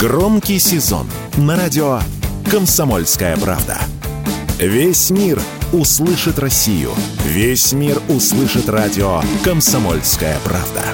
Громкий сезон на радио «Комсомольская правда». Весь мир услышит Россию. Весь мир услышит радио «Комсомольская правда».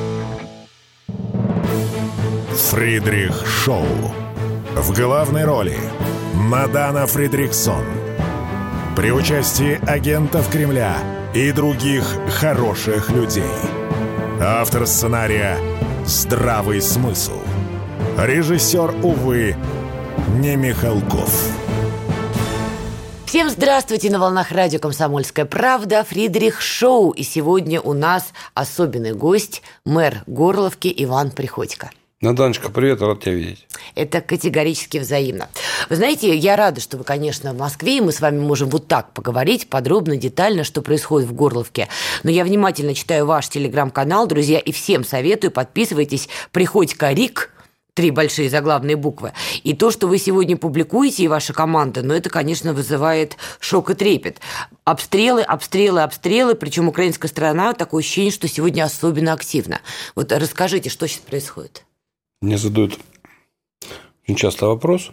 Фридрих Шоу. В главной роли Мадана Фридрихсон. При участии агентов Кремля и других хороших людей. Автор сценария «Здравый смысл». Режиссер, увы, не Михалков. Всем здравствуйте! На волнах радио «Комсомольская правда» Фридрих Шоу. И сегодня у нас особенный гость, мэр Горловки Иван Приходько. Наданочка, привет, рад тебя видеть. Это категорически взаимно. Вы знаете, я рада, что вы, конечно, в Москве, и мы с вами можем вот так поговорить подробно, детально, что происходит в Горловке. Но я внимательно читаю ваш телеграм-канал, друзья, и всем советую, подписывайтесь. Приходько Рик, 3 большие заглавные буквы. И то, что вы сегодня публикуете, и ваша команда, это, конечно, вызывает шок и трепет. Обстрелы, причем украинская сторона, такое ощущение, что сегодня особенно активно. Вот расскажите, что сейчас происходит? Мне задают очень часто вопрос.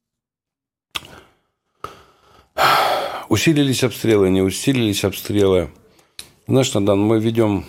Усилились обстрелы, не усилились обстрелы. Знаешь, Надан, мы ведем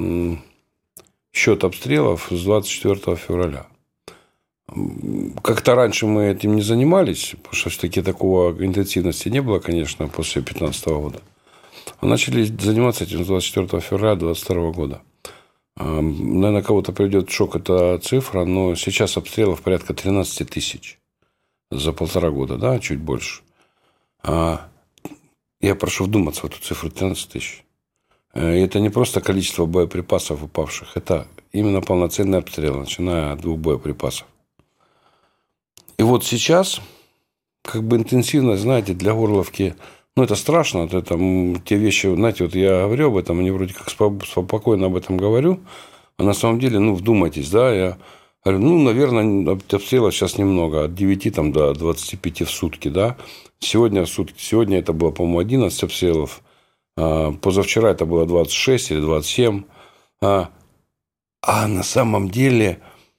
счет обстрелов с 24 февраля. Как-то раньше мы этим не занимались, потому что все-таки такого интенсивности не было, конечно, после 2015 года. А начали заниматься этим с 24 февраля 2022 года. Наверное, кого-то приведет в шок эта цифра, но сейчас обстрелов порядка 13 тысяч за 1,5 года, да, чуть больше. Я прошу вдуматься в эту цифру 13 тысяч. И это не просто количество боеприпасов упавших, это именно полноценный обстрел, начиная от 2 боеприпасов. И вот сейчас, интенсивность, знаете, для Горловки, это страшно, это те вещи, знаете, вот я говорю об этом, они вроде как спокойно об этом говорю, а на самом деле, вдумайтесь, да, я говорю, наверное, обстрелов сейчас немного, от 9 до 25 в сутки, да, сегодня это было, по-моему, 11 обстрелов, позавчера это было 26 или 27, а на самом деле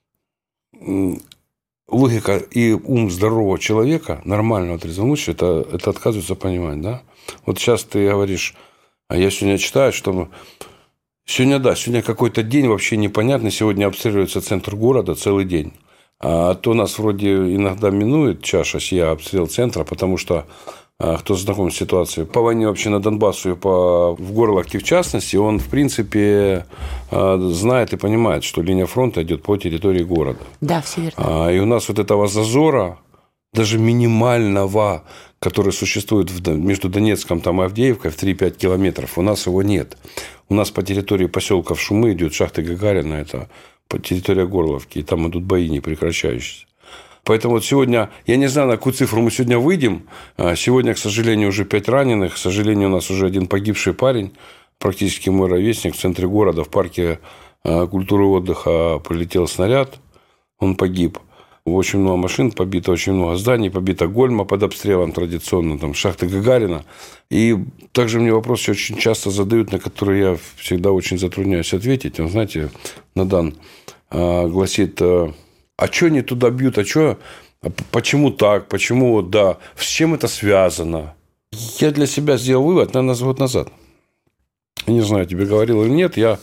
логика и ум здорового человека, нормального трезвомыслящего, это отказывается понимать, да? Вот сейчас ты говоришь, а я сегодня читаю, что сегодня какой-то день вообще непонятный, сегодня обстреливается центр города целый день. А то нас вроде иногда минует чаша сия обстрел центра, потому что кто знаком с ситуацией по войне вообще на Донбассу и в Горловке в частности, он, в принципе, знает и понимает, что линия фронта идет по территории города. Да, все верно. И у нас вот этого зазора, даже минимального, который существует между Донецком и Авдеевкой в 3-5 километров, у нас его нет. У нас по территории поселка Шумы идет шахта Гагарина, это по территории Горловки, и там идут бои непрекращающиеся. Поэтому вот сегодня, я не знаю, на какую цифру мы сегодня выйдем. Сегодня, к сожалению, уже 5 раненых. К сожалению, у нас уже 1 погибший парень, практически мой ровесник, в центре города, в парке культуры и отдыха прилетел снаряд. Он погиб. Очень много машин побито, очень много зданий. Побита Гольма под обстрелом традиционно, там шахта Гагарина. И также мне вопросы очень часто задают, на которые я всегда очень затрудняюсь ответить. Он, знаете, Надан гласит... А что они туда бьют? Почему так? Почему да? С чем это связано? Я для себя сделал вывод, наверное, год назад. Не знаю, тебе говорил или нет. Я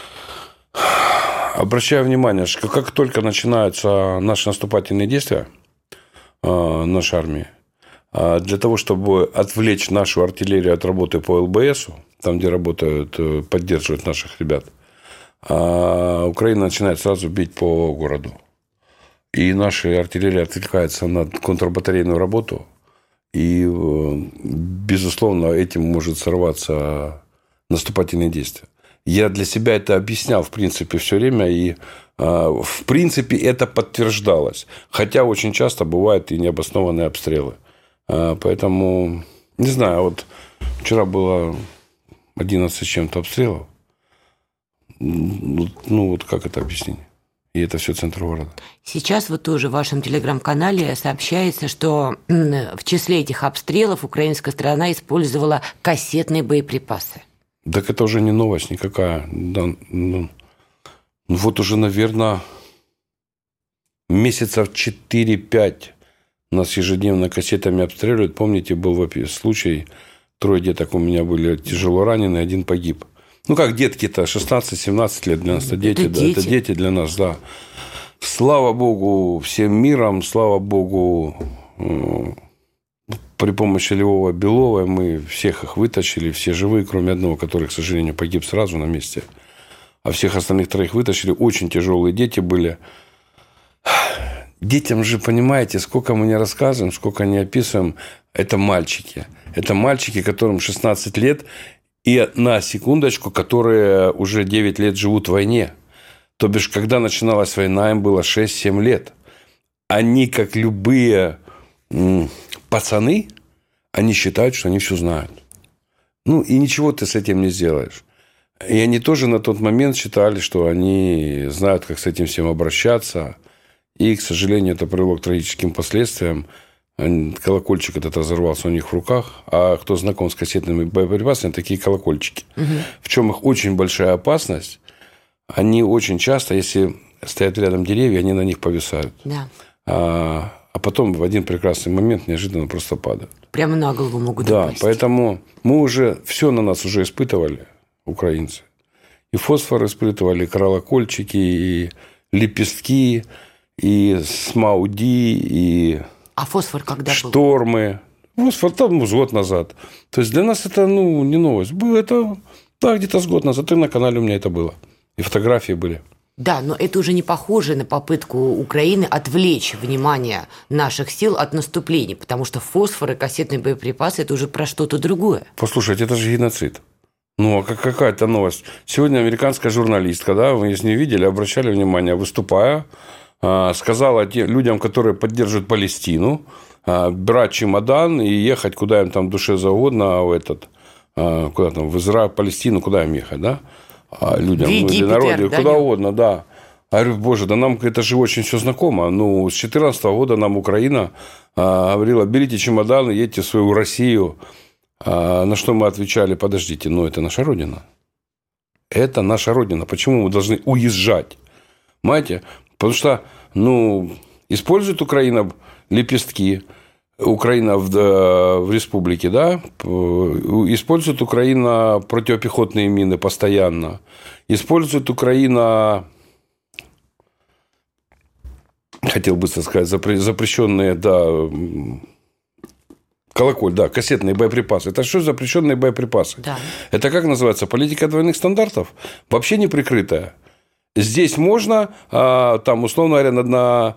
обращаю внимание, что как только начинаются наши наступательные действия нашей армии, для того, чтобы отвлечь нашу артиллерию от работы по ЛБСу, там, где работают, поддерживают наших ребят, Украина начинает сразу бить по городу. И наша артиллерия отвлекается на контрбатарейную работу. И, безусловно, этим может сорваться наступательные действия. Я для себя это объяснял, в принципе, все время. И, в принципе, это подтверждалось. Хотя очень часто бывают и необоснованные обстрелы. Поэтому, не знаю, вот вчера было 11 с чем-то обстрелов. Вот как это объяснить? И это все центр города. Сейчас вот тоже в вашем телеграм-канале сообщается, что в числе этих обстрелов украинская сторона использовала кассетные боеприпасы. Так это уже не новость никакая. Да, вот уже, наверное, месяцев 4-5 нас ежедневно кассетами обстреливают. Помните, был случай, 3 деток у меня были тяжело ранены, 1 погиб. Ну, как детки-то, 16-17 лет для нас, это дети, да, это дети для нас, да. Слава Богу, всем миром, слава Богу, при помощи Львова Белова мы всех их вытащили, все живые, кроме одного, который, к сожалению, погиб сразу на месте. А всех остальных 3 вытащили. Очень тяжелые дети были. Детям же, понимаете, сколько мы не рассказываем, сколько не описываем, это мальчики. Это мальчики, которым 16 лет, и на секундочку, которые уже 9 лет живут в войне. То бишь, когда начиналась война, им было 6-7 лет. Они, как любые пацаны, они считают, что они все знают. Ну, и ничего ты с этим не сделаешь. И они тоже на тот момент считали, что они знают, как с этим всем обращаться. И, к сожалению, это привело к трагическим последствиям. Колокольчик этот разорвался у них в руках. А кто знаком с кассетными боеприпасами, такие колокольчики. Угу. В чем их очень большая опасность? Они очень часто, если стоят рядом деревья, они на них повисают. Да. А потом в один прекрасный момент неожиданно просто падают. Прямо на голову могут упасть. Да, поэтому мы уже все на нас уже испытывали, украинцы. И фосфор испытывали, и колокольчики, и лепестки, и смауди, и а фосфор когда штормы. был? Фосфор там год назад. То есть для нас это не новость. Было это где-то с год назад. И на канале у меня это было. И фотографии были. Да, но это уже не похоже на попытку Украины отвлечь внимание наших сил от наступления, потому что фосфор и кассетные боеприпасы – это уже про что-то другое. Послушайте, это же геноцид. Ну, а какая-то новость. Сегодня американская журналистка, да, вы, если не видели, обращали внимание, выступая, сказала людям, которые поддерживают Палестину, брать чемодан и ехать, куда им там в душе угодно, куда там, в Израиль, Палестину, куда им ехать, да? Людям, Египет, народу, куда угодно, да. Я говорю, боже, да нам это же очень все знакомо. Ну, с 2014 года нам Украина говорила, берите чемоданы, едьте в свою Россию. На что мы отвечали, подождите, это наша Родина. Это наша Родина. Почему мы должны уезжать? Понимаете? Потому что, использует Украина лепестки, Украина в республике, да, использует Украина противопехотные мины постоянно, использует Украина, хотел бы сказать, запрещенные, кассетные боеприпасы. Это что запрещенные боеприпасы? Да. Это как называется? Политика двойных стандартов? Вообще не прикрытая. Здесь можно, там, условно говоря,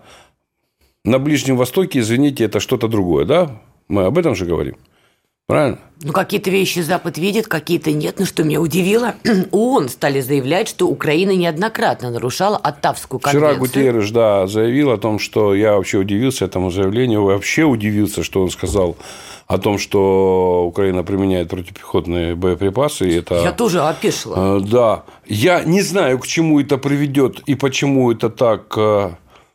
на Ближнем Востоке, извините, это что-то другое, да? Мы об этом же говорим. Правильно? Какие-то вещи Запад видит, какие-то нет. Но что меня удивило, ООН стали заявлять, что Украина неоднократно нарушала Оттавскую конвенцию. Вчера Гутерреш, заявил о том, что я вообще удивился этому заявлению. Вообще удивился, что он сказал о том, что Украина применяет противопехотные боеприпасы. Я тоже опешила. Да. Я не знаю, к чему это приведет и почему это так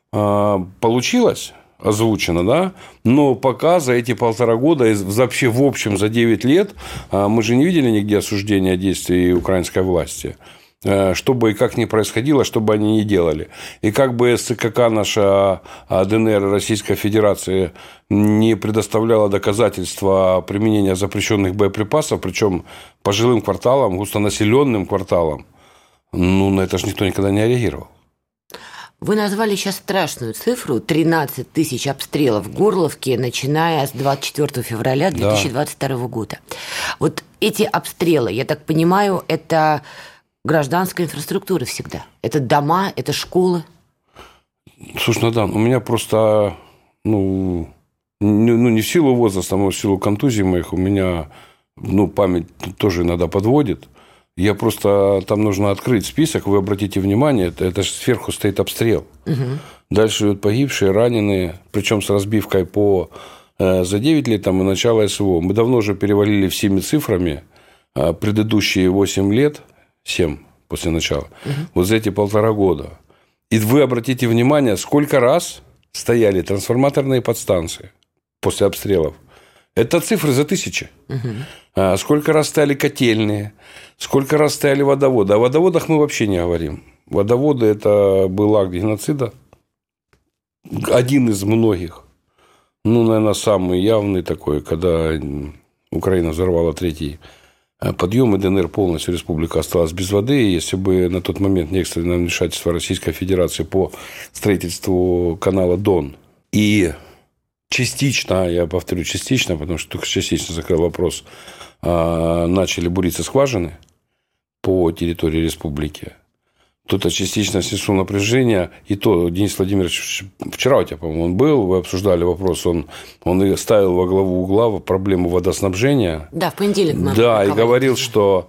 получилось, озвучено, да, но пока за эти 1,5 года, вообще в общем за 9 лет, мы же не видели нигде осуждения действий украинской власти. Что бы и как ни происходило, что бы они ни делали. И как бы СКК наша ДНР Российской Федерации не предоставляла доказательства применения запрещенных боеприпасов, причем по жилым кварталам, густонаселенным кварталам, на это же никто никогда не реагировал. Вы назвали сейчас страшную цифру – 13 тысяч обстрелов Горловки, начиная с 24 февраля 2022 года. Вот эти обстрелы, я так понимаю, это гражданская инфраструктура всегда? Это дома, это школы? Слушай, Надан, у меня просто, не в силу возраста, но в силу контузий моих, у меня, память тоже иногда подводит. Я просто, там нужно открыть список, вы обратите внимание, это же сверху стоит обстрел. Угу. Дальше идут погибшие, раненые, причем с разбивкой за 9 лет и начало СВО. Мы давно уже перевалили всеми цифрами, предыдущие 8 лет, 7 после начала, вот за эти 1,5 года. И вы обратите внимание, сколько раз стояли трансформаторные подстанции после обстрелов. Это цифры за тысячи. Угу. Сколько раз стояли котельные, сколько раз стояли водоводы. О водоводах мы вообще не говорим. Водоводы – это был акт геноцида. один из многих. Наверное, самый явный такой, когда Украина взорвала 3-й подъем, и ДНР полностью, республика осталась без воды. И если бы на тот момент не экстренное вмешательство Российской Федерации по строительству канала Дон и частично, я повторю, частично, потому что только частично закрыл вопрос, начали буриться скважины по территории республики, тут частично снесло напряжение. И то Денис Владимирович, вчера у тебя, по-моему, он был, вы обсуждали вопрос, он и ставил во главу угла проблему водоснабжения. Да, в понедельник. Да, и говорил, что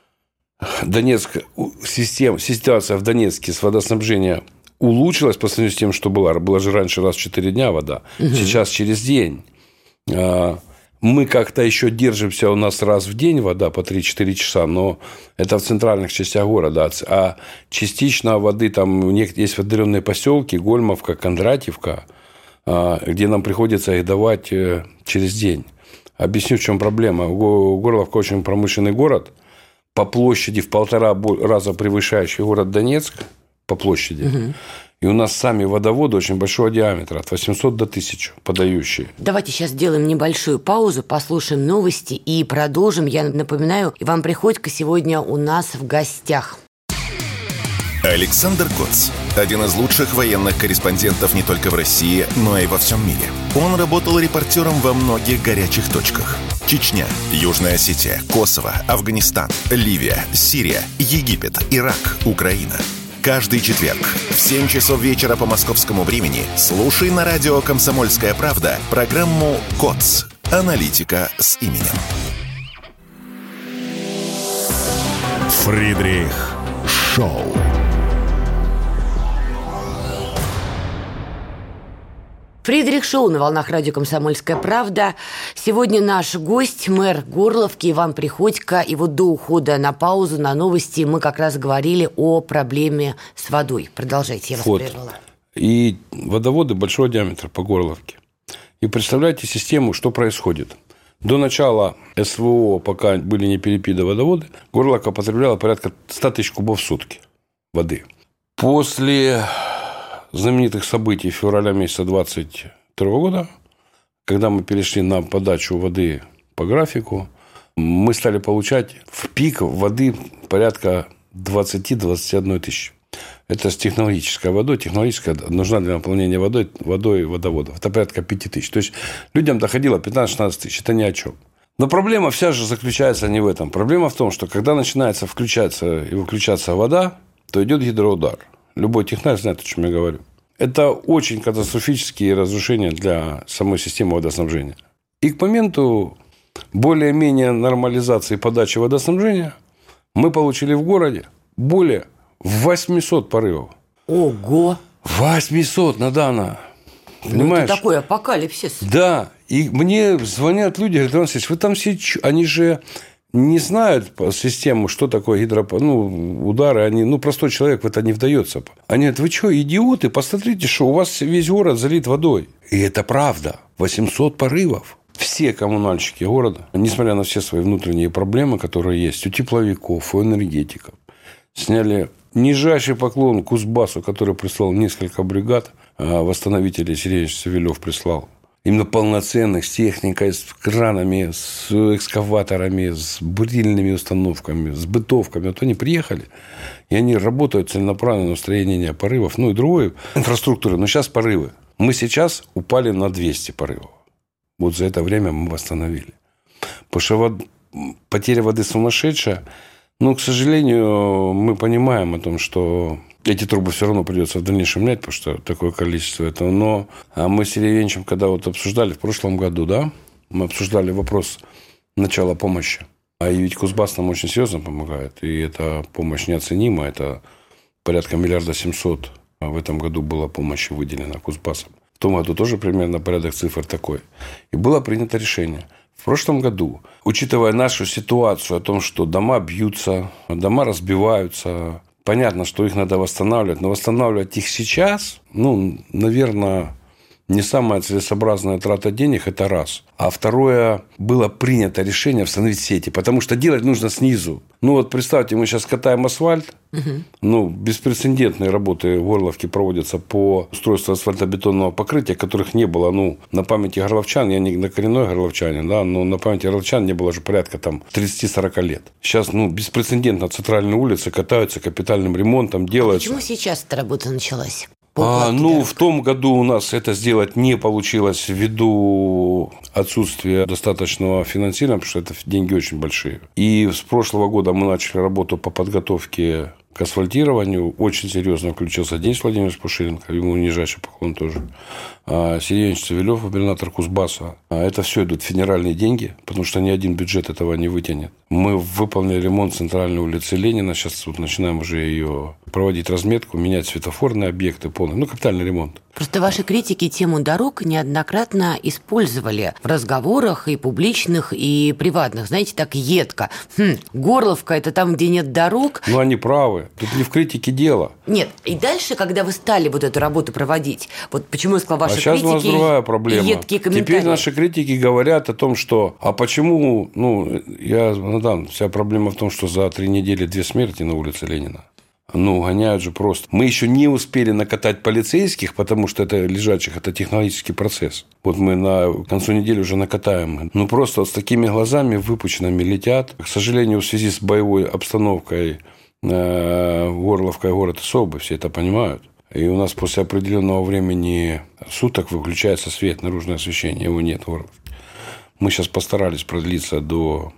ситуация в Донецке с водоснабжением улучшилась по сравнению с тем, что была. Была же раньше раз в 4 дня вода, сейчас через день. Мы как-то еще держимся, у нас раз в день вода по 3-4 часа, но это в центральных частях города. А частично воды там есть отдаленные поселки, Гольмовка, Кондратьевка, где нам приходится их давать через день. Объясню, в чем проблема. Горловка очень промышленный город, по площади в 1,5 раза превышающий город Донецк по площади. И у нас сами водоводы очень большого диаметра, от 800 до 1000 подающие. Давайте сейчас сделаем небольшую паузу, послушаем новости и продолжим. Я напоминаю, Иван Приходько сегодня у нас в гостях. Александр Коц – один из лучших военных корреспондентов не только в России, но и во всем мире. Он работал репортером во многих горячих точках. Чечня, Южная Осетия, Косово, Афганистан, Ливия, Сирия, Египет, Ирак, Украина. Каждый четверг в 7 часов вечера по московскому времени слушай на радио «Комсомольская правда» программу «КОЦ. Аналитика с именем». Фридрих Шоу. Фридрих Шоу на волнах радио «Комсомольская правда». Сегодня наш гость, мэр Горловки Иван Приходько. И вот до ухода на паузу, на новости мы как раз говорили о проблеме с водой. Продолжайте, я вас прервала. И водоводы большого диаметра по Горловке. И представляете систему, что происходит. До начала СВО, пока были не перепиды водоводы, Горловка потребляла порядка 100 тысяч кубов в сутки воды. После знаменитых событий февраля месяца 2022 года, когда мы перешли на подачу воды по графику, мы стали получать в пик воды порядка 20-21 тысяч. Это с технологической водой. Технологическая нужна для наполнения водой водоводов. Это порядка 5 тысяч. То есть людям доходило 15-16 тысяч. Это ни о чем. Но проблема вся же заключается не в этом. Проблема в том, что когда начинается включаться и выключаться вода, то идет гидроудар. Любой технарь знает, о чем я говорю. Это очень катастрофические разрушения для самой системы водоснабжения. И к моменту более-менее нормализации подачи водоснабжения мы получили в городе более 800 порывов. Ого! 800, Надана. Понимаешь? Это такой апокалипсис. Да. И мне звонят люди, говорят: Иван Алексеевич, вы там все... Они же не знают систему, что такое удары. Простой человек в это не вдается. Они говорят: вы что, идиоты? Посмотрите, что у вас весь город залит водой. И это правда. 800 порывов. Все коммунальщики города, несмотря на все свои внутренние проблемы, которые есть у тепловиков, у энергетиков, сняли нижайший поклон Кузбассу, который прислал несколько бригад восстановителей. Сергей Савельев прислал. Именно полноценных, с техникой, с кранами, с экскаваторами, с бурильными установками, с бытовками. Вот они приехали, и они работают целенаправленно на устранение порывов, и другой инфраструктуры. Но сейчас порывы. Мы сейчас упали на 200 порывов. Вот за это время мы восстановили. Потому что потеря воды сумасшедшая. Но, к сожалению, мы понимаем о том, что эти трубы все равно придется в дальнейшем менять, потому что такое количество этого. Но мы с Сергеем Евгеньевичем, когда обсуждали в прошлом году, мы обсуждали вопрос начала помощи. А ведь Кузбасс нам очень серьезно помогает. И эта помощь неоценима. Это порядка 1 700 000 в этом году было помощи выделено Кузбассом. В том году тоже примерно порядок цифр такой. И было принято решение. В прошлом году, учитывая нашу ситуацию о том, что дома бьются, дома разбиваются, понятно, что их надо восстанавливать, но восстанавливать их сейчас, наверное, не самая целесообразная трата денег, это раз. А второе, было принято решение установить сети, потому что делать нужно снизу. Ну, вот представьте, мы сейчас катаем асфальт, беспрецедентные работы в Горловке проводятся по устройству асфальтобетонного покрытия, которых не было, на памяти горловчан, я не на коренной горловчанин, да, но на памяти горловчан не было уже порядка 30-40 лет. Сейчас, беспрецедентно центральные улицы катаются капитальным ремонтом, делаются. Почему сейчас эта работа началась? В том году у нас это сделать не получилось ввиду отсутствия достаточного финансирования, потому что это деньги очень большие. И с прошлого года мы начали работу по подготовке к асфальтированию. Очень серьезно включился Денис Владимирович Пуширенко, ему нижайший поклон тоже. Сергей Ильич Цивилев, губернатор Кузбасса. Это все идут федеральные деньги, потому что ни один бюджет этого не вытянет. Мы выполнили ремонт центральной улицы Ленина. Сейчас начинаем уже ее проводить разметку, менять светофорные объекты полный. Капитальный ремонт. Просто ваши критики тему дорог неоднократно использовали в разговорах и публичных, и приватных. Знаете, так едко. Горловка – это там, где нет дорог. Они правы. Тут не в критике дело. Нет. И дальше, когда вы стали вот эту работу проводить, вот почему я сказала, ваши сейчас критики, у нас другая проблема. Едкие комментарии. Теперь наши критики говорят о том, что почему, вся проблема в том, что за 3 недели 2 смерти на улице Ленина. Гоняют же просто. Мы еще не успели накатать полицейских, потому что это лежачих, это технологический процесс. Вот мы к концу недели уже накатаем. Просто с такими глазами выпученными летят. К сожалению, в связи с боевой обстановкой Горловка и город особый, все это понимают. И у нас после определенного времени суток выключается свет, наружное освещение, его нет в Горловке. Мы сейчас постарались продлиться до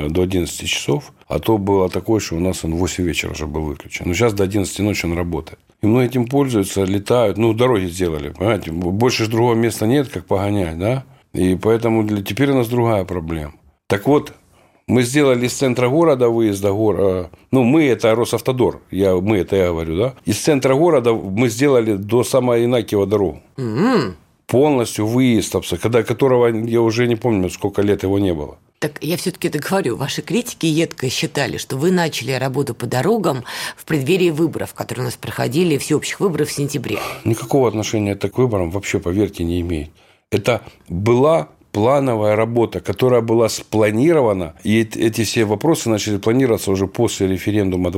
11 часов, а то было такое, что у нас он в 8 вечера уже был выключен. Но сейчас до 11 ночи он работает. И многие этим пользуются, летают. Дороги сделали, понимаете. Больше же другого места нет, как погонять, да? И поэтому теперь у нас другая проблема. Так вот, мы сделали из центра города выезда мы это Росавтодор, я говорю, да? Из центра города мы сделали до самого Инакиева дорогу. Полностью выезд, которого я уже не помню, сколько лет его не было. Так я все-таки это говорю. Ваши критики едко считали, что вы начали работу по дорогам в преддверии выборов, которые у нас проходили, всеобщих выборов в сентябре. Никакого отношения это к выборам вообще, поверьте, не имеет. Это была плановая работа, которая была спланирована, и эти все вопросы начали планироваться уже после референдума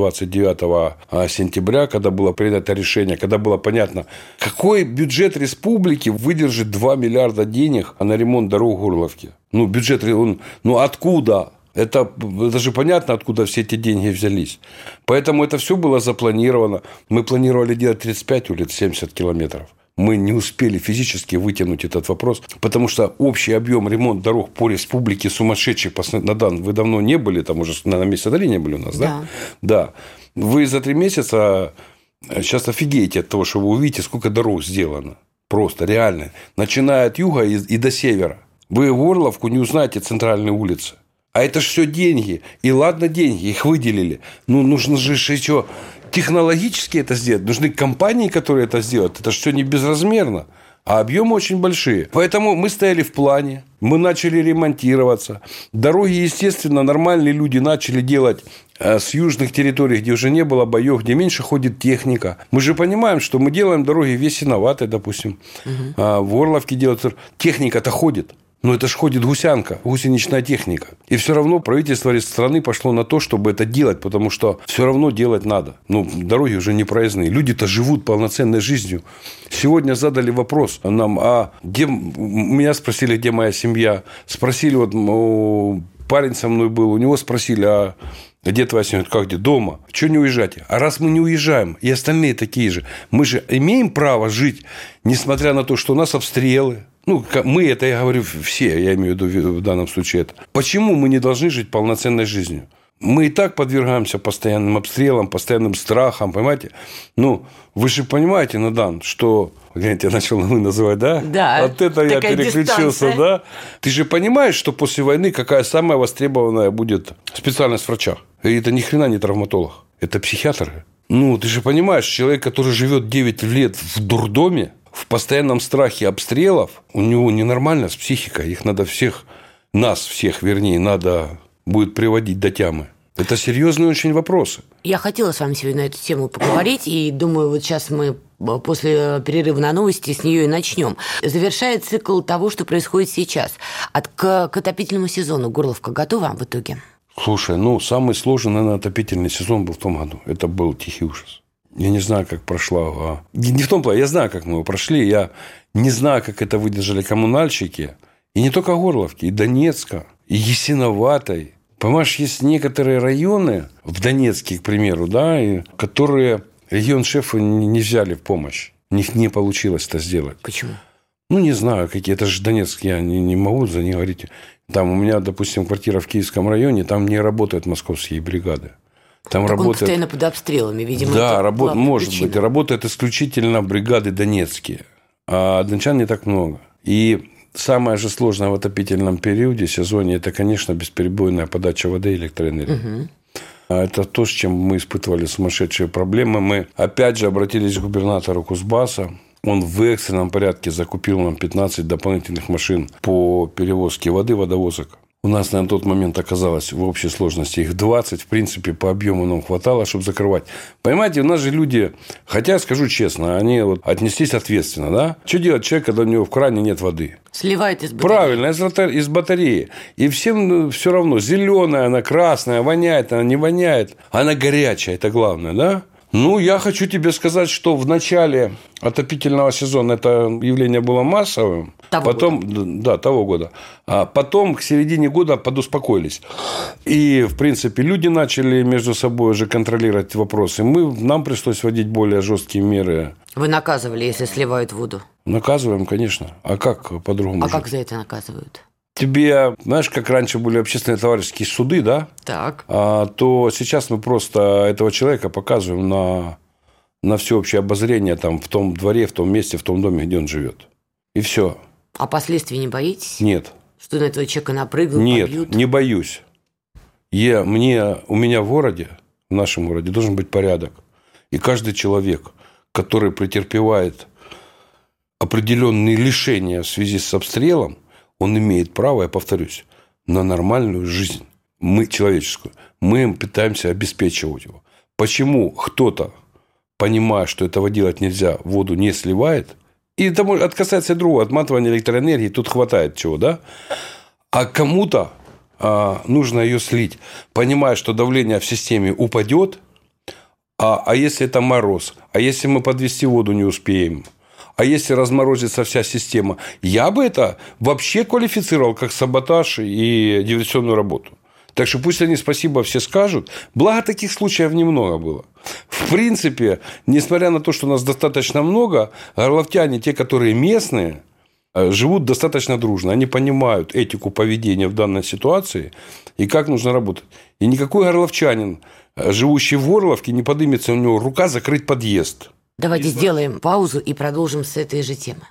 29 сентября, когда было принято решение, когда было понятно, какой бюджет республики выдержит 2 миллиарда денег на ремонт дорог в Горловке. Бюджет, откуда? Это же понятно, откуда все эти деньги взялись. Поэтому это все было запланировано. Мы планировали делать 35 улиц, 70 километров. Мы не успели физически вытянуть этот вопрос, потому что общий объем ремонта дорог по республике сумасшедший. Вы давно не были, там уже на месяце не были у нас, да? Да. Вы за 3 месяца сейчас офигеете от того, что вы увидите, сколько дорог сделано. Просто, реально. Начиная от юга и до севера. Вы в Горловку не узнаете центральные улицы. А это же все деньги. И ладно деньги, их выделили. Нужно же еще технологически это сделать. Нужны компании, которые это сделают. Это же все не безразмерно. А объемы очень большие. Поэтому мы стояли в плане. Мы начали ремонтироваться. Дороги, естественно, нормальные люди начали делать с южных территорий, где уже не было боев, где меньше ходит техника. Мы же понимаем, что мы делаем дороги весиноватые, допустим. В Горловке делают. Техника-то ходит. Но это ж ходит гусянка, гусеничная техника. И все равно правительство страны пошло на то, чтобы это делать, потому что все равно делать надо. Дороги уже не проездные. Люди-то живут полноценной жизнью. Сегодня задали вопрос нам, меня спросили, где моя семья. Спросили, парень со мной был, у него спросили, где твоя семья? Как где? Дома. Чего не уезжаете? А раз мы не уезжаем, и остальные такие же, мы же имеем право жить, несмотря на то, что у нас обстрелы. Мы, это я говорю все, я имею в виду в данном случае это. Почему мы не должны жить полноценной жизнью? Мы и так подвергаемся постоянным обстрелам, постоянным страхам, понимаете? Вы же понимаете, Надан, что... Я начал называть, да? Да. От этого я переключился, дистанция. Да? Ты же понимаешь, что после войны какая самая востребованная будет специальность врача? И это ни хрена не травматолог. Это психиатры. Ты же понимаешь, человек, который живет 9 лет в дурдоме, в постоянном страхе обстрелов, у него ненормально с психикой. Их надо нас всех, надо будет приводить до тямы. Это серьезные очень вопросы. Я хотела с вами сегодня на эту тему поговорить, и думаю, вот сейчас мы после перерыва на новости с нее и начнем. Завершает цикл того, что происходит сейчас. К отопительному сезону Горловка готова в итоге? Слушай, самый сложный, наверное, отопительный сезон был в том году. Это был тихий ужас. Я не знаю, как прошла... Не в том плане, я знаю, как мы его прошли. Я не знаю, как это выдержали коммунальщики. И не только Горловки, и Донецка, и Ясиноватой. Понимаешь, есть некоторые районы в Донецке, к примеру, да, которые регион-шефы не взяли в помощь. У них не получилось это сделать. Почему? Не знаю, какие. Это же Донецк, я не могу за них говорить. Там у меня, допустим, квартира в Киевском районе, там не работают московские бригады. Там так работает... он постоянно под обстрелами, видимо. Да, может быть. Работают исключительно бригады донецкие. А дончан не так много. И самое же сложное в отопительном периоде, сезоне, это, конечно, бесперебойная подача воды и электроэнергии. Угу. Это то, с чем мы испытывали сумасшедшие проблемы. Мы, опять же, обратились к губернатору Кузбасса. Он в экстренном порядке закупил нам 15 дополнительных машин по перевозке воды, водовозок. У нас на тот момент оказалось в общей сложности их 20. В принципе, по объему нам хватало, чтобы закрывать. Понимаете, у нас же люди, хотя, скажу честно, они отнеслись ответственно, да? Что делать человек, когда у него в кране нет воды? Сливает из батареи. Правильно, из батареи. И всем все равно, зеленая она, красная, воняет она, не воняет. Она горячая, это главное, да? Я хочу тебе сказать, что в начале отопительного сезона это явление было массовым. Того года. А потом к середине года подуспокоились. И, в принципе, люди начали между собой уже контролировать вопросы. Нам пришлось вводить более жесткие меры. Вы наказывали, если сливают воду? Наказываем, конечно. А как по-другому? Как за это наказывают? Тебе, знаешь, как раньше были общественные товарищеские суды, да? Так. То сейчас мы просто этого человека показываем на всеобщее обозрение там, в том дворе, в том месте, в том доме, где он живет. И все. А последствий не боитесь? Нет. Что на этого человека напрыгнут, побьют? Нет, не боюсь. У меня в городе, в нашем городе, должен быть порядок. И каждый человек, который претерпевает определенные лишения в связи с обстрелом, он имеет право, я повторюсь, на нормальную жизнь, человеческую. Мы им пытаемся обеспечивать его. Почему кто-то, понимая, что этого делать нельзя, воду не сливает, и это касается другого, отматывания электроэнергии, тут хватает чего, да? А кому-то нужно ее слить, понимая, что давление в системе упадет, а если это мороз, а если мы подвести воду не успеем, а если разморозится вся система, я бы это вообще квалифицировал как саботаж и диверсионную работу. Так что пусть они спасибо все скажут. Благо, таких случаев немного было. В принципе, несмотря на то, что нас достаточно много, горловтяне, те, которые местные, живут достаточно дружно. Они понимают этику поведения в данной ситуации и как нужно работать. И никакой горловчанин, живущий в Горловке, не поднимется у него рука закрыть подъезд. Давайте сделаем паузу и продолжим с этой же темы.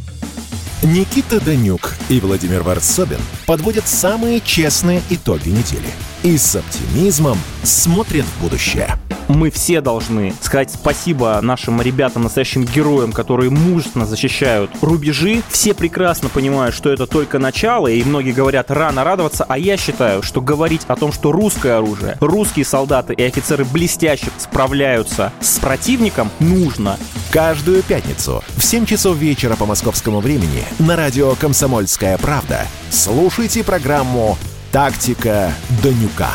Никита Данюк и Владимир Варсобин подводят самые честные итоги недели и с оптимизмом смотрят в будущее. Мы все должны сказать спасибо нашим ребятам, настоящим героям, которые мужественно защищают рубежи. Все прекрасно понимают, что это только начало, и многие говорят рано радоваться, а я считаю, что говорить о том, что русское оружие, русские солдаты и офицеры блестяще справляются с противником, нужно. Каждую пятницу в 7 часов вечера по московскому времени на радио «Комсомольская правда» слушайте программу «Тактика Данюка».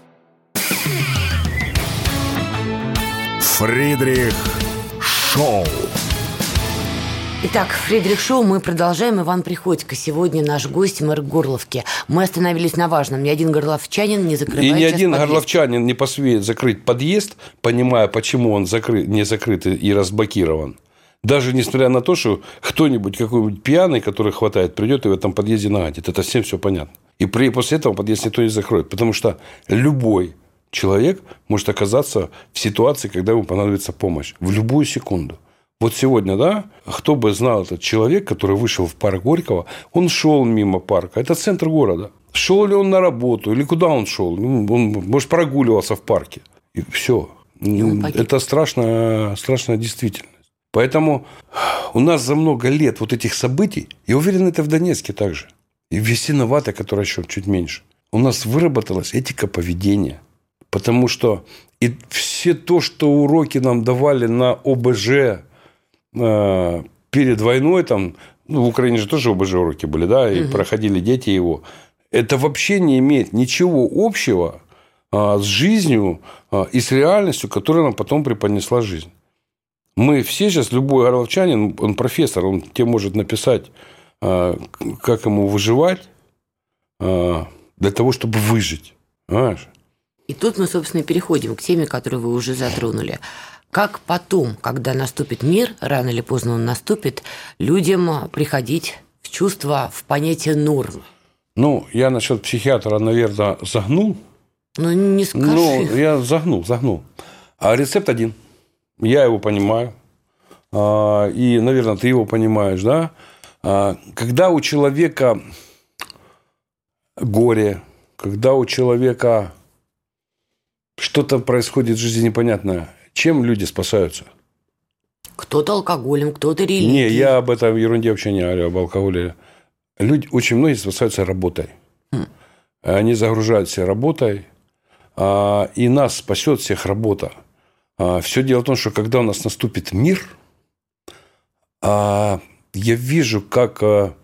Фридрих Шоу. Итак, Фридрих Шоу мы продолжаем. Иван Приходько. Сегодня наш гость, мэр Горловки. Мы остановились на важном. Ни один горловчанин не закрывает И ни один подъезд. горловчанин не посмеет закрыть подъезд, понимая, почему он не закрыт и разблокирован. Даже несмотря на то, что кто-нибудь, какой-нибудь пьяный, который хватает, придет и в этом подъезде нагадит. Это всем все понятно. И после этого подъезд никто не закроет. Потому что любой человек может оказаться в ситуации, когда ему понадобится помощь. В любую секунду. Вот сегодня, да, кто бы знал этот человек, который вышел в парк Горького, он шел мимо парка. Это центр города. Шел ли он на работу или куда он шел? Он, может, прогуливался в парке. И все. Это страшная действительность. Поэтому у нас за много лет вот этих событий, я уверен, это в Донецке также, и в Ясиноватой, которая еще чуть меньше, у нас выработалась этика поведения. Потому что и все то, что уроки нам давали на ОБЖ, перед войной, там, в Украине же тоже ОБЖ уроки были, да, и проходили дети его. Это вообще не имеет ничего общего с жизнью и с реальностью, которую нам потом преподнесла жизнь. Мы все сейчас, любой горловчанин, он профессор, он тебе может написать, как ему выживать для того, чтобы выжить. Понимаешь? И тут мы, собственно, переходим к теме, которую вы уже затронули. Как потом, когда наступит мир, рано или поздно он наступит, людям приходить в чувство, в понятие нормы? Ну, я насчет психиатра, наверное, загнул. Ну, не скажи. Ну, я загнул. А рецепт один. Я его понимаю. И, наверное, ты его понимаешь, да? Когда у человека горе, когда у человека что-то происходит в жизни непонятное, чем люди спасаются? Кто-то алкоголем, кто-то религией. Не, я об этом ерунде вообще не говорю, об алкоголе. Люди, очень многие спасаются работой. Они загружают себя работой, и нас спасет всех работа. Все дело в том, что когда у нас наступит мир, я вижу, как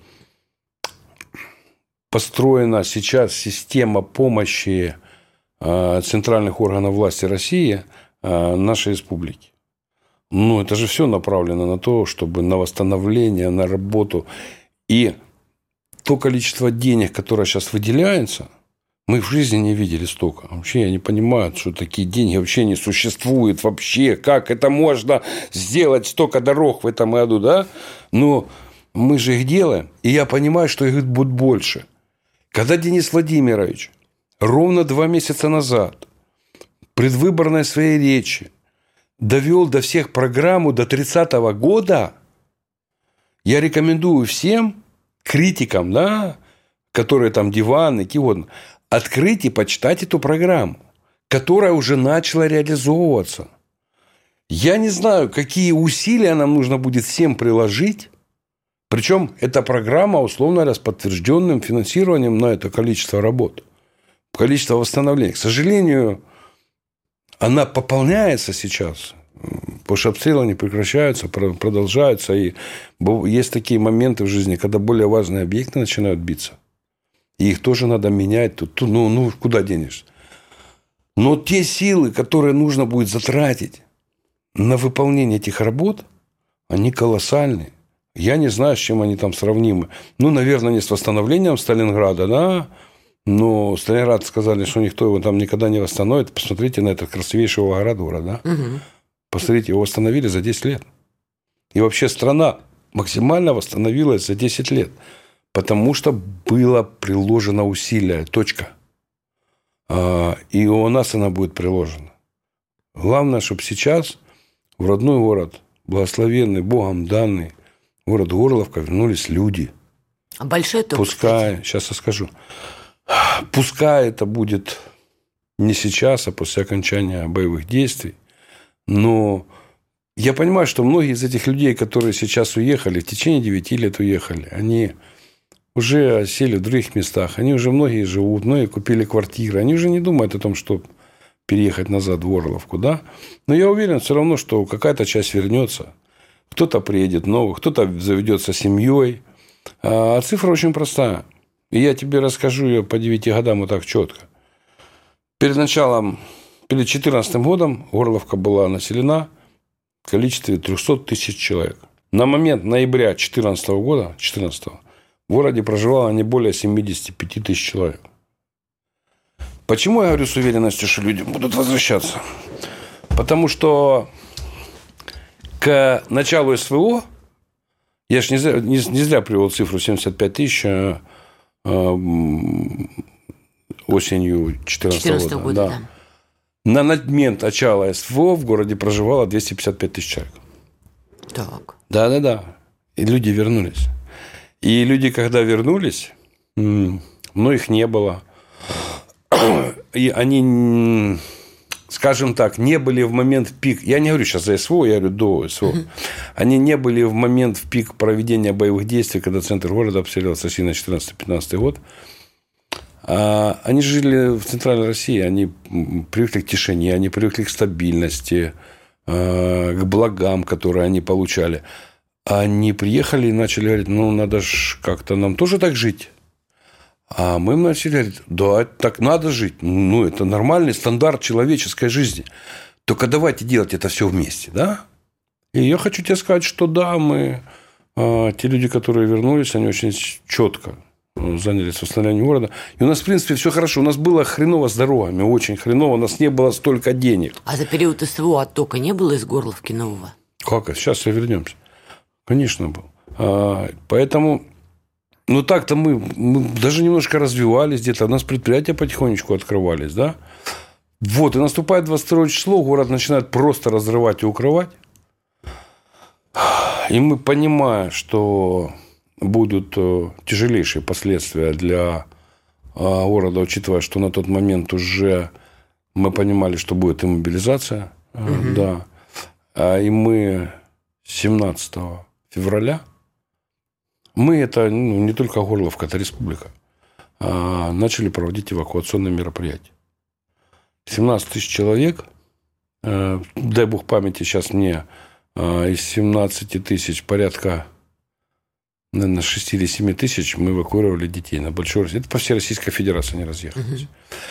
построена сейчас система помощи центральных органов власти России нашей республике. Ну, это же все направлено на то, чтобы на восстановление, на работу. И то количество денег, которое сейчас выделяется, мы в жизни не видели столько. Вообще я не понимаю, что такие деньги вообще не существуют. Вообще, как это можно сделать, столько дорог в этом году, да? Но мы же их делаем, и я понимаю, что их будет больше. Когда Денис Владимирович ровно 2 месяца назад в предвыборной своей речи довел до всех программу до 30-го года, я рекомендую всем критикам, да, которые там диваны, какие угодно, открыть и почитать эту программу, которая уже начала реализовываться. Я не знаю, какие усилия нам нужно будет всем приложить. Причем эта программа, условно говоря, с подтвержденным финансированием на это количество работ, количество восстановлений. К сожалению, она пополняется сейчас, потому что обстрелы не прекращаются, продолжаются. И есть такие моменты в жизни, когда более важные объекты начинают биться. И их тоже надо менять. Ну, куда денешься? Но те силы, которые нужно будет затратить на выполнение этих работ, они колоссальные. Я не знаю, с чем они там сравнимы. Ну, наверное, не с восстановлением Сталинграда, да. Но Сталинград сказали, что никто его там никогда не восстановит. Посмотрите на этот красивейший Волгоград, да. Угу. Посмотрите, его восстановили за 10 лет. И вообще страна максимально восстановилась за 10 лет. Потому что было приложено усилие. Точка. И у нас она будет приложена. Главное, чтобы сейчас в родной город, благословенный, Богом данный, город Горловка, вернулись люди. А большой топ, пускай, кстати. Сейчас я скажу. Пускай это будет не сейчас, а после окончания боевых действий. Но я понимаю, что многие из этих людей, которые сейчас уехали, в течение 9 лет уехали, они уже осели в других местах. Они уже многие живут, многие купили квартиры. Они уже не думают о том, что переехать назад в Горловку, да? Но я уверен все равно, что какая-то часть вернется. Кто-то приедет новый, кто-то заведется семьей. А цифра очень простая. И я тебе расскажу ее по 9 годам вот так четко. Перед 2014 годом Горловка была населена в количестве 300 тысяч человек. На момент ноября 2014 года, в городе проживало не более 75 тысяч человек. Почему я говорю с уверенностью, что люди будут возвращаться? Потому что к началу СВО, я же не зря привел цифру 75 тысяч осенью 2014 года. Да. На момент начала СВО в городе проживало 255 тысяч человек. Так. Да. И люди вернулись. И люди, когда вернулись, их не было. И они, скажем так, не были в момент пик. Я не говорю сейчас за СВО, я говорю до СВО. Они не были в момент в пик проведения боевых действий, когда центр города обстреливался сильно 14-15 год. Они жили в Центральной России, они привыкли к тишине, они привыкли к стабильности. к благам, которые они получали. Они приехали и начали говорить, надо же как-то нам тоже так жить. А мы им начали говорить, да, так надо жить. Это нормальный стандарт человеческой жизни. Только давайте делать это все вместе, да? И я хочу тебе сказать, что да, те люди, которые вернулись, они очень четко занялись восстановлением города. И у нас, в принципе, все хорошо. У нас было хреново с дорогами, очень хреново. У нас не было столько денег. А за период СВО оттока не было из Горловки нового? Как? Сейчас вернемся. Конечно, был. Поэтому, так-то мы даже немножко развивались где-то. У нас предприятия потихонечку открывались, да? И наступает 22 число, город начинает просто разрывать и укрывать. И мы, понимая, что будут тяжелейшие последствия для города, учитывая, что на тот момент уже мы понимали, что будет и мобилизация. Да. И мы 17 февраля, это не только Горловка, это республика, начали проводить эвакуационные мероприятия. 17 тысяч человек, дай бог памяти, сейчас мне из 17 тысяч порядка, наверное, 6 или 7 тысяч мы эвакуировали детей на большой России. Это по всей Российской Федерации они разъехались.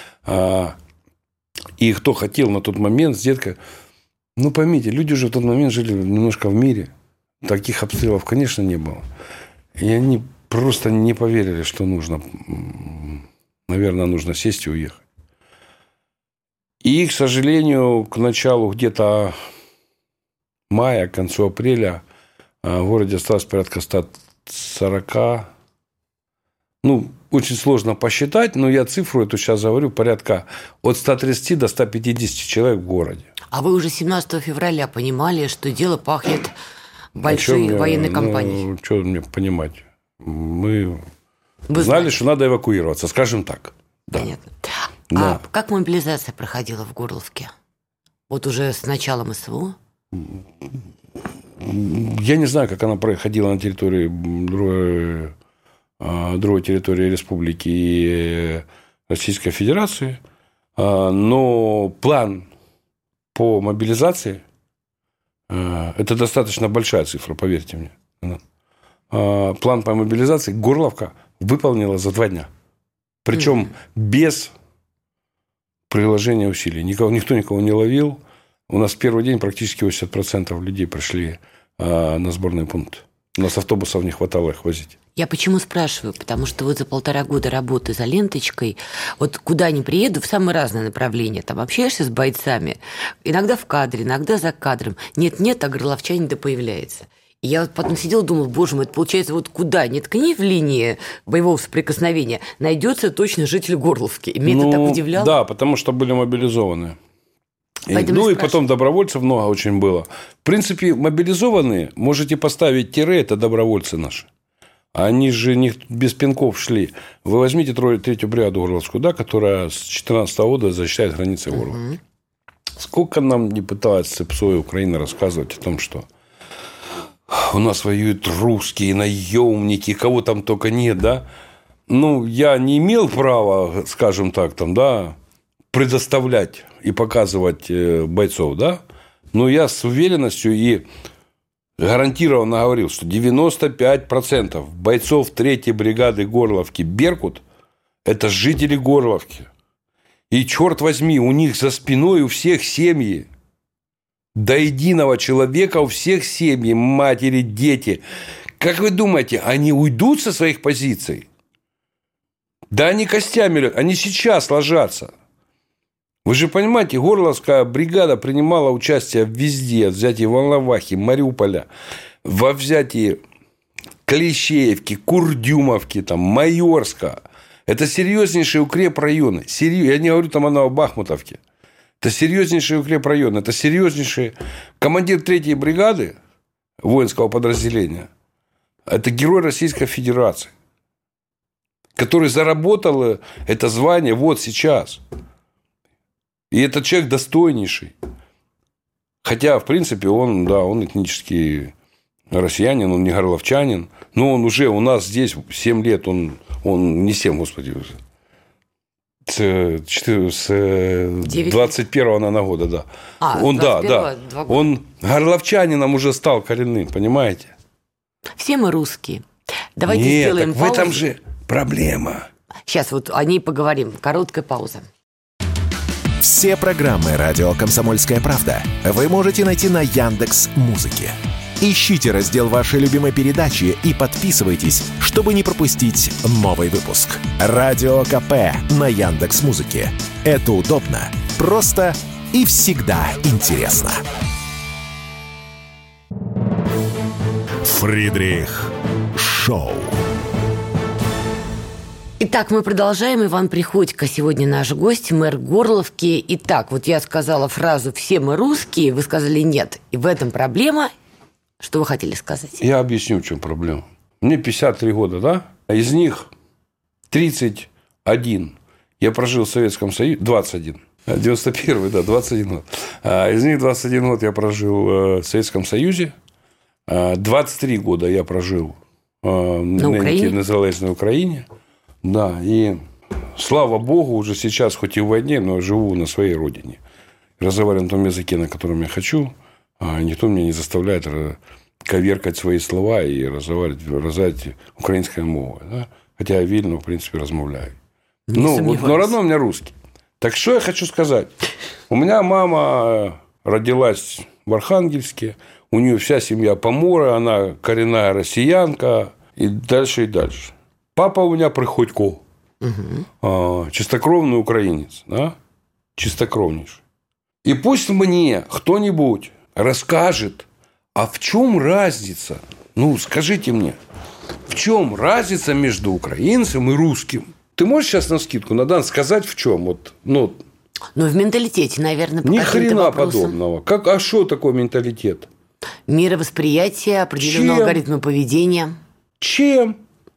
И кто хотел на тот момент с деткой... поймите, люди уже в тот момент жили немножко в мире. Таких обстрелов, конечно, не было. И они просто не поверили, что нужно сесть и уехать. И, к сожалению, к началу где-то мая, к концу апреля в городе осталось порядка 140. Очень сложно посчитать, но я цифру эту сейчас говорю, порядка от 130 до 150 человек в городе. А вы уже 17 февраля понимали, что дело пахнет большой военной кампанией? Что мне понимать? Мы знали, что надо эвакуироваться, скажем так. Да. Понятно. Да. А как мобилизация проходила в Горловке? Уже с началом СВО? Я не знаю, как она проходила на территории другой территории республики и Российской Федерации, но план по мобилизации это достаточно большая цифра, поверьте мне. План по мобилизации Горловка выполнила за 2 дня. Причем без приложения усилий. Никто никого не ловил. У нас в первый день практически 80% людей пришли на сборный пункт. У нас автобусов не хватало их возить. Я почему спрашиваю? Потому что за 1,5 года работы за ленточкой, куда ни приеду, в самые разные направления, там общаешься с бойцами, иногда в кадре, иногда за кадром. Нет-нет, а горловчанин-то появляется. И я потом сидела, думала, боже мой, это получается куда ни ткни в линии боевого соприкосновения, найдется точно житель Горловки. И меня это так удивляло. Да, потому что были мобилизованы. И потом добровольцев много очень было. В принципе, мобилизованные, можете поставить тире, это добровольцы наши. Они же не без пинков шли. Вы возьмите 3-ю бригаду Горловскую, да, которая с 2014 года защищает границы Горловки. Сколько нам не пыталась ЦПСО и Украина рассказывать о том, что у нас воюют русские, наемники, кого там только нет, да. Я не имел права, скажем так, предоставлять и показывать бойцов, да. Но я с уверенностью и гарантированно говорил, что 95% бойцов 3-й бригады Горловки «Беркут» – это жители Горловки. И, черт возьми, у них за спиной у всех семьи. До единого человека у всех семьи, матери, дети. Как вы думаете, они уйдут со своих позиций? Да они костями, они сейчас ложатся. Вы же понимаете, Горловская бригада принимала участие везде. В взятии Волновахи, Мариуполя, во взятии Клещеевки, Курдюмовки, Майорска. Это серьезнейшие укрепрайоны. Я не говорю о Новобахмутовке. Это серьезнейшие укрепрайоны. Это серьезнейшие... Командир 3-й бригады воинского подразделения – это герой Российской Федерации, который заработал это звание сейчас. И этот человек достойнейший. Хотя, в принципе, он этнический россиянин, он не горловчанин. Но он уже у нас здесь 7 лет, он не 7, господи. С 21-го на года, да. Он, да. Он горловчанином уже стал коренным, понимаете? Все мы русские. Давайте Нет, сделаем паузу. В этом же проблема. Сейчас вот о ней поговорим. Короткая пауза. Все программы «Радио Комсомольская правда» вы можете найти на Яндекс.Музыке. Ищите раздел вашей любимой передачи и подписывайтесь, чтобы не пропустить новый выпуск. Радио КП на Яндекс.Музыке. Это удобно, просто и всегда интересно. Фридрих Шоу. Итак, мы продолжаем. Иван Приходько сегодня наш гость, мэр Горловки. Итак, вот я сказала фразу «все мы русские», вы сказали «нет». И в этом проблема. Что вы хотели сказать? Я объясню, в чем проблема. Мне 53 года, да? Из них 31 я прожил в Советском Союзе. 21. 91-й, да, 21 год. Из них 21 год я прожил в Советском Союзе. 23 года я прожил на незалежной Украине. Да, и слава богу, уже сейчас, хоть и в войне, но живу на своей родине. Разговариваю на том языке, на котором я хочу. А никто меня не заставляет коверкать свои слова и разговаривать украинской мовой. Да? Хотя я вільно, в принципе, размовляю. Но родной у меня русский. Так что я хочу сказать? У меня мама родилась в Архангельске. У нее вся семья поморы. Она коренная россиянка. И дальше, и дальше. Папа у меня Приходько. Чистокровный украинец. Да? Чистокровнейший. И пусть мне кто-нибудь расскажет, а в чем разница? Ну, скажите мне, в чем разница между украинцем и русским? Ты можешь сейчас навскидку, Надан, сказать в чем? Вот, в менталитете, наверное, по ни каким-то хрена вопросам. подобного. А что такое менталитет? Мировосприятие, определенные алгоритмы поведения. Чем?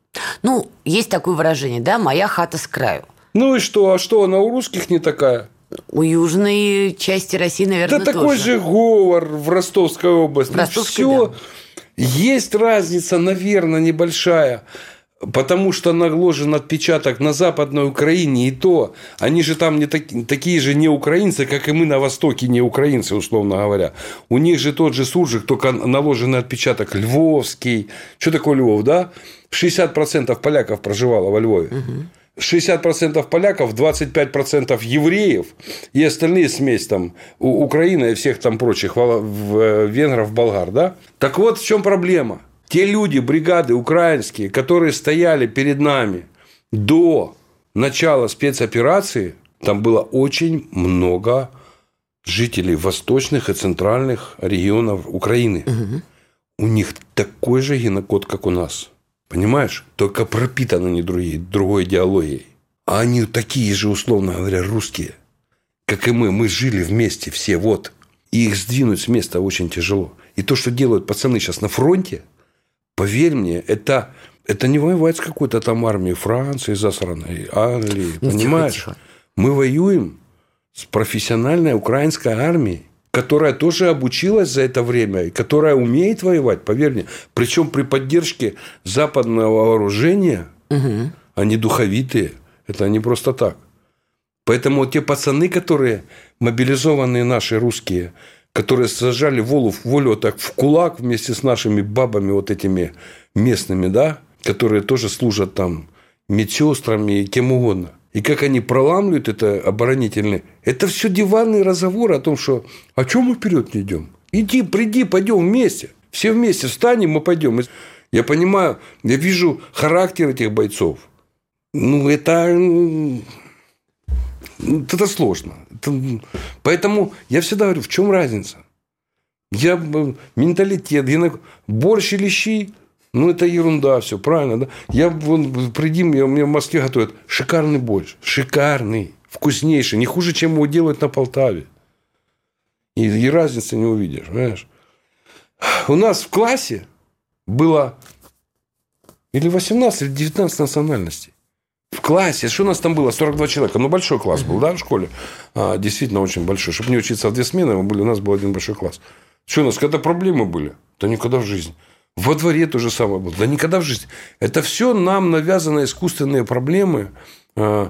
Есть такое выражение, да, «моя хата с краю». Ну и что? А что, она у русских не такая? У южной части России, наверное, тоже. Да такой же говор в Ростовской области. Все. Да. Есть разница, наверное, небольшая. Потому что наложен отпечаток на Западной Украине, и то они же там не такие же не украинцы, как и мы на Востоке не украинцы, условно говоря. У них же тот же суржик, только наложенный отпечаток львовский. Что такое Львов, да? 60% поляков проживало во Львове. 60% поляков, 25% евреев и остальные смесь там Украины и всех там прочих венгров, болгар, да? Так вот в чем проблема. Те люди, бригады украинские, которые стояли перед нами до начала спецоперации, там было очень много жителей восточных и центральных регионов Украины. У них такой же генокод, как у нас. Понимаешь? Только пропитаны они другой идеологией. А они такие же, условно говоря, русские, как и мы. Мы жили вместе все, вот. И их сдвинуть с места очень тяжело. И то, что делают пацаны сейчас на фронте, поверь мне, это не воевать с какой-то там армией Франции, засранной, Англии. Понимаешь? Мы воюем с профессиональной украинской армией, которая тоже обучилась за это время, и которая умеет воевать, поверь мне. Причем при поддержке западного вооружения, они духовитые. Это не просто так. Поэтому те пацаны, которые мобилизованные наши русские, которые сажали волю так в кулак вместе с нашими бабами вот этими местными, да, которые тоже служат там медсестрами и кем угодно. И как они проламливают это оборонительное. Это все диванный разговор о том, что а чего мы вперед не идем? Приди, пойдем вместе. Все вместе встанем и пойдем. Я понимаю, я вижу характер этих бойцов. Это сложно. Поэтому я всегда говорю, в чем разница? Менталитет, борщ или щи, это ерунда, все правильно. Да? Мне в Москве готовят шикарный борщ. Шикарный, вкуснейший. Не хуже, чем его делают на Полтаве. И разницы не увидишь, понимаешь? У нас в классе было или 18, или 19 национальностей. В классе. Что у нас там было? 42 человека. Большой класс был, да, в школе? Действительно, очень большой. Чтобы не учиться в 2 смены, у нас был один большой класс. Что у нас, когда проблемы были? Да никогда в жизни. Во дворе то же самое было. Да никогда в жизни. Это все нам навязаны искусственные проблемы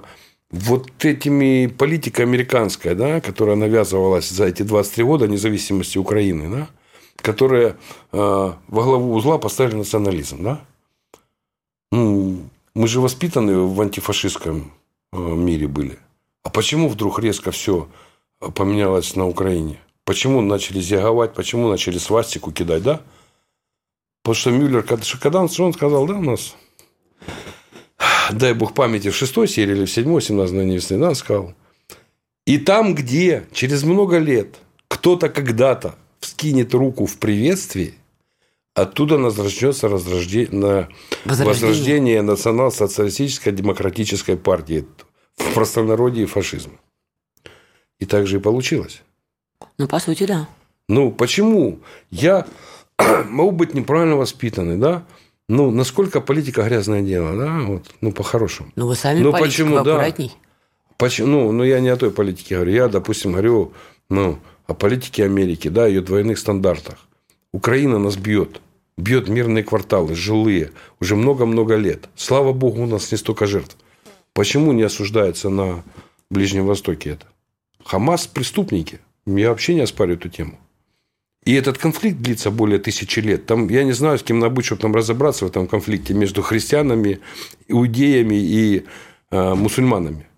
вот этими политика американская, да, которая навязывалась за эти 23 года независимости Украины, да, которая во главу узла поставили национализм, да? Ну, мы же воспитаны в антифашистском мире были. А почему вдруг резко все поменялось на Украине? Почему начали зиговать, почему начали свастику кидать, да? Потому что Мюллер, когда он сказал, да, у нас, дай бог памяти, в 6 серии или в 7, 17 весны, да, он сказал. И там, где через много лет кто-то когда-то вскинет руку в приветствии, оттуда начнется возрождение национал-социалистической демократической партии, в простонародье фашизма. И так же и получилось. Ну, по сути, да. Ну, почему? Я могу быть неправильно воспитанный, да? Ну, насколько политика грязное дело, да? Вот, ну, по-хорошему. Ну, вы сами политик, почему, вы аккуратней. Да. Почему? Ну, я не о той политике говорю. Я, допустим, говорю, ну, о политике Америки, да, ее двойных стандартах. Украина нас бьет. Бьет мирные кварталы, жилые. Уже много-много лет. Слава богу, у нас не столько жертв. Почему не осуждается на Ближнем Востоке это? Хамас – преступники. Я вообще не оспариваю эту тему. И этот конфликт длится более 1000 лет. Там, я не знаю, с кем надо быть, чтобы там разобраться в этом конфликте между христианами, иудеями и мусульманами.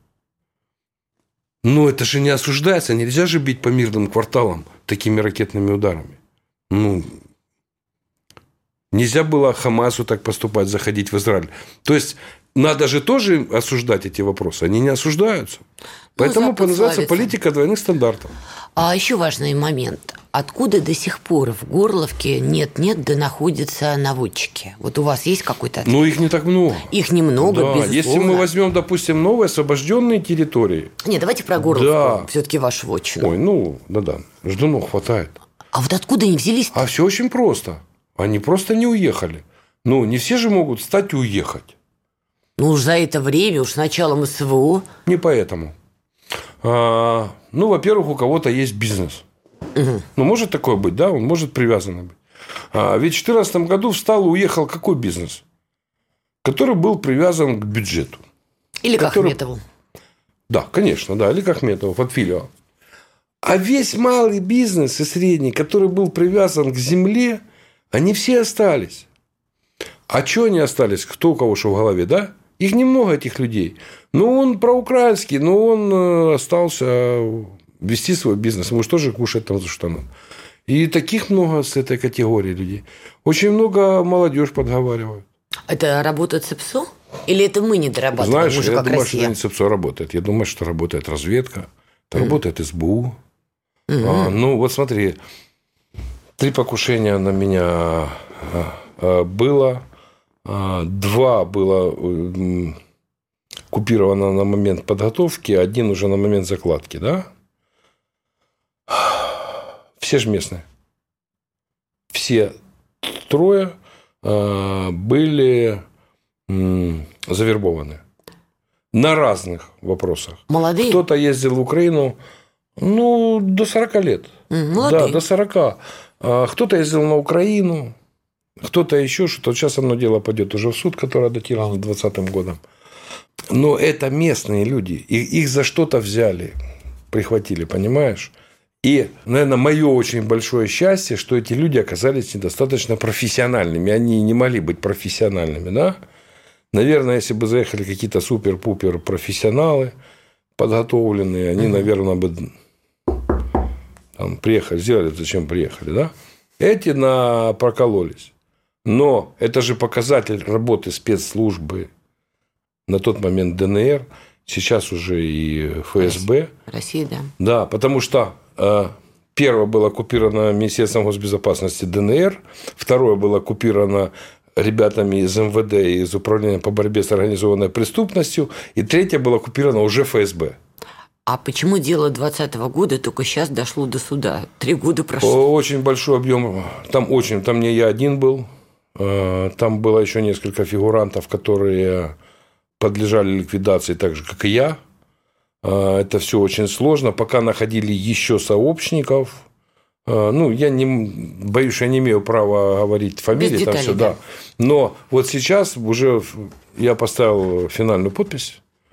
Но это же не осуждается. Нельзя же бить по мирным кварталам такими ракетными ударами. Ну, нельзя было Хамасу так поступать, заходить в Израиль. То есть, надо же тоже осуждать эти вопросы. Они не осуждаются. Поэтому называется политика двойных стандартов. А еще важный момент. Откуда до сих пор в Горловке нет-нет, да находятся наводчики? Вот у вас есть какой-то ответ? Ну, их не так много. Их немного, да. безусловно. Если мы возьмем, допустим, новые освобожденные территории. Нет, давайте про Горловку. Да. Все-таки вашу вотчину. Ой, ну, да-да. Ждунов хватает. А вот откуда они взялись-то? А все очень просто. Они просто не уехали. Ну, не все же могут встать и уехать. Ну, уж за это время, уж с началом СВО. Не поэтому. Ну, во-первых, у кого-то есть бизнес. Угу. Ну, может такое быть, да? Он может привязан быть. Ведь в 2014 году встал и уехал какой бизнес? Который был привязан к бюджету. Или к Ахметову. Да, конечно, да. Или к Ахметову, под филиал. А весь малый бизнес и средний, который был привязан к земле, они все остались. А что они остались? Кто у кого что в голове, да? Их немного, этих людей. Но он проукраинский, но он остался вести свой бизнес. Ему же тоже кушать там за что надо. И таких много с этой категории людей. Очень много молодежь подговаривают. Это работает ЦЕПСО? Или это мы не дорабатываем? Знаешь, я думаю, что это не ЦЕПСО работает. Я думаю, что работает разведка, работает СБУ. Ну, вот смотри, 3 покушения на меня было. 2 было купировано на момент подготовки, 1 уже на момент закладки, да? Все же местные. Все 3 были завербованы на разных вопросах. Молодые? Кто-то ездил в Украину, ну, до 40 лет. Молодые. Да, до 40. Кто-то ездил на Украину, кто-то еще что-то. Сейчас одно дело пойдет уже в суд, которое датировано 2020 годом. Но это местные люди. Их за что-то взяли, прихватили, понимаешь? И, наверное, мое очень большое счастье, что эти люди оказались недостаточно профессиональными. Они не могли быть профессиональными, да? Наверное, если бы заехали какие-то супер-пупер профессионалы, подготовленные, они, наверное, бы там приехали, сделали, зачем приехали, да? Эти прокололись. Но это же показатель работы спецслужбы на тот момент ДНР, сейчас уже и ФСБ. Россия, да. Да, потому что первое было оккупировано Министерством госбезопасности ДНР, второе было оккупировано ребятами из МВД и из Управления по борьбе с организованной преступностью, и третье было оккупировано уже ФСБ. А почему дело 2020 года только сейчас дошло до суда? 3 года прошло. Очень большой объем. Там не я один был. Там было еще несколько фигурантов, которые подлежали ликвидации так же, как и я. Это все очень сложно. Пока находили еще сообщников. Ну, я боюсь, что я не имею права говорить фамилии. Без деталей, там все, да. Но вот сейчас уже я поставил финальную подпись.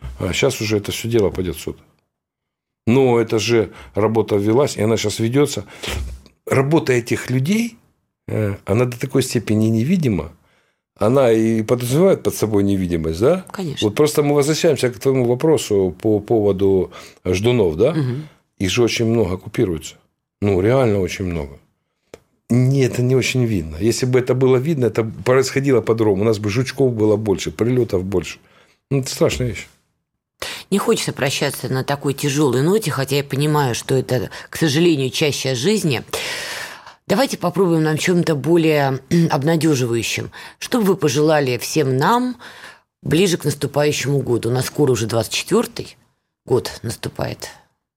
А сейчас уже это все дело пойдет в суд. Но это же работа велась, и она сейчас ведется. Работа этих людей, она до такой степени невидима, она и подразумевает под собой невидимость, да? Конечно. Вот просто мы возвращаемся к твоему вопросу по поводу ждунов, да? Угу. Их же очень много оккупируется. Ну, реально очень много. Нет, это не очень видно. Если бы это было видно, это происходило по-другому. У нас бы жучков было больше, прилетов больше. Ну, это страшная вещь. Не хочется прощаться на такой тяжелой ноте, хотя я понимаю, что это, к сожалению, часть жизни. Давайте попробуем на чем-то более обнадеживающем. Что бы вы пожелали всем нам ближе к наступающему году? У нас скоро уже 24-й год наступает.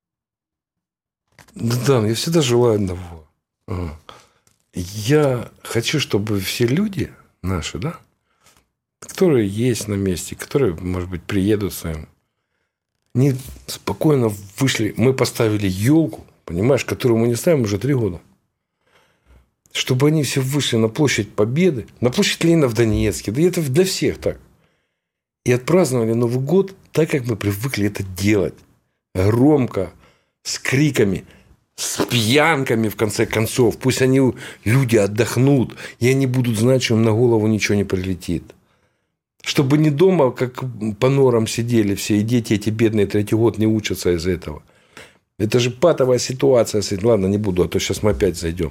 Да, я всегда желаю одного. Я хочу, чтобы все люди наши, да, которые есть на месте, которые, может быть, приедут с ним, они спокойно вышли. Мы поставили елку, понимаешь, которую мы не ставим уже 3 года. Чтобы они все вышли на площадь Победы, на площадь Ленина в Донецке. Да это для всех так. И отпраздновали Новый год так, как мы привыкли это делать. Громко, с криками, с пьянками, в конце концов. Пусть они, люди, отдохнут, и они будут знать, что им на голову ничего не прилетит. Чтобы не дома, как по норам сидели все, и дети эти бедные 3-й год не учатся из-за этого. Это же патовая ситуация. Ладно, не буду, а то сейчас мы опять зайдем.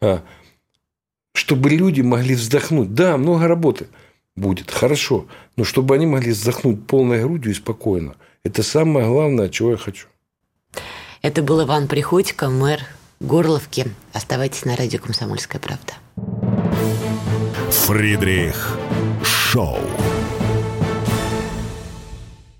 Чтобы люди могли вздохнуть. Да, много работы будет, хорошо. Но чтобы они могли вздохнуть полной грудью и спокойно. Это самое главное, чего я хочу. Это был Иван Приходько, мэр Горловки. Оставайтесь на радио «Комсомольская правда». Фридрих Шоу.